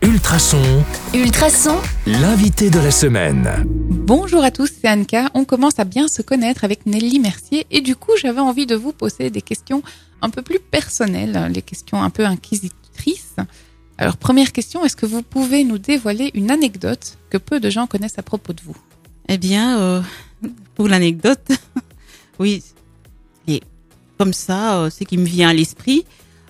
Ultrason, Ultrason, l'invité de la semaine. Bonjour à tous, c'est Anka. On commence à bien se connaître avec Nelly Mercier et du coup, j'avais envie de vous poser des questions un peu plus personnelles, les questions un peu inquisitrices. Alors, première question, est-ce que vous pouvez nous dévoiler une anecdote que peu de gens connaissent à propos de vous? Eh bien, pour l'anecdote, oui, et comme ça, ce qui me vient à l'esprit,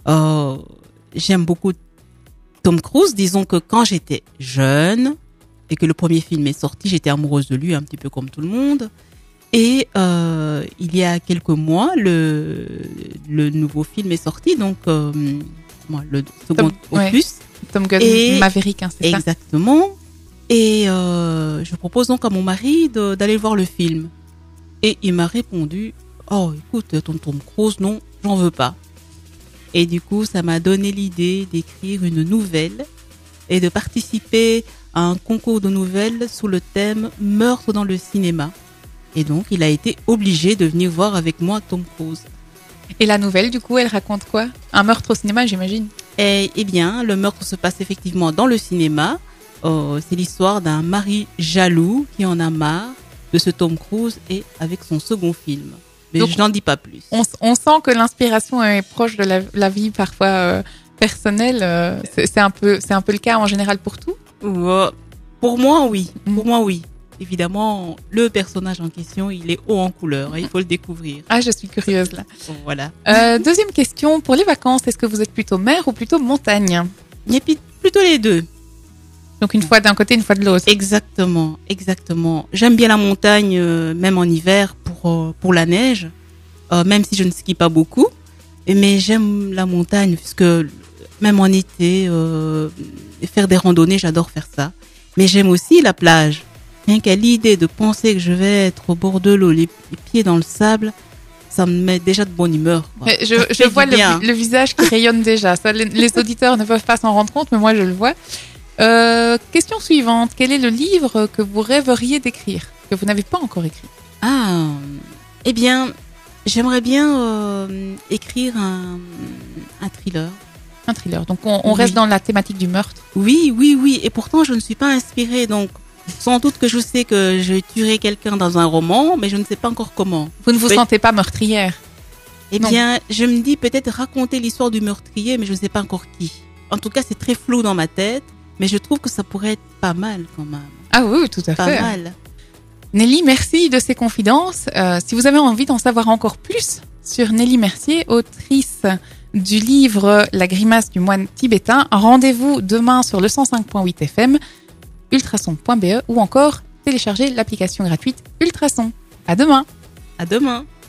j'aime beaucoup Tom Cruise. Disons que quand j'étais jeune et que le premier film est sorti, j'étais amoureuse de lui un petit peu comme tout le monde. Et il y a quelques mois, le nouveau film est sorti, donc le second opus. Tom Gun Maverick, hein, c'est ça? Exactement. Et je propose donc à mon mari d'aller voir le film. Et il m'a répondu, oh écoute, ton Tom Cruise, non, j'en veux pas. Et du coup, ça m'a donné l'idée d'écrire une nouvelle et de participer à un concours de nouvelles sous le thème Meurtre dans le cinéma. Et donc, il a été obligé de venir voir avec moi Tom Cruise. Et la nouvelle, du coup, elle raconte quoi? Un meurtre au cinéma, j'imagine? Eh bien, le meurtre se passe effectivement dans le cinéma. C'est l'histoire d'un mari jaloux qui en a marre de ce Tom Cruise et avec son second film. Mais donc, je n'en dis pas plus. On sent que l'inspiration est proche de la vie parfois personnelle. C'est un peu le cas en général pour tout. Pour moi, oui. Pour moi, oui. Évidemment, le personnage en question, il est haut en couleur. Il faut le découvrir. Ah, je suis curieuse là. Voilà. Deuxième question, pour les vacances, est-ce que vous êtes plutôt mer ou plutôt montagne? Et puis, plutôt les deux. Donc une fois d'un côté, une fois de l'autre. Exactement, exactement. J'aime bien la montagne, même en hiver pour la neige, même si je ne skie pas beaucoup. Mais j'aime la montagne puisque même en été, faire des randonnées, j'adore faire ça. Mais j'aime aussi la plage. Rien qu'à l'idée de penser que je vais être au bord de l'eau, les pieds dans le sable, ça me met déjà de bonne humeur. Je vois le visage qui rayonne déjà. Ça, les auditeurs ne peuvent pas s'en rendre compte, mais moi je le vois. Question suivante. Quel est le livre que vous rêveriez d'écrire, que vous n'avez pas encore écrit? Eh bien, j'aimerais bien écrire un thriller. Un thriller. Donc on reste dans la thématique du meurtre. Oui. Et pourtant, je ne suis pas inspirée. Donc, sans doute que je sais que je tuerai quelqu'un dans un roman, mais je ne sais pas encore comment. Vous ne vous sentez pas meurtrière? Eh bien, je me dis peut-être raconter l'histoire du meurtrier, mais je ne sais pas encore qui. En tout cas, c'est très flou dans ma tête. Mais je trouve que ça pourrait être pas mal quand même. Ah oui, tout à fait. Pas mal. Nelly, merci de ces confidences. Si vous avez envie d'en savoir encore plus sur Nelly Mercier, autrice du livre La grimace du moine tibétain, rendez-vous demain sur le 105.8 FM, ultrason.be ou encore téléchargez l'application gratuite Ultrason. À demain. À demain.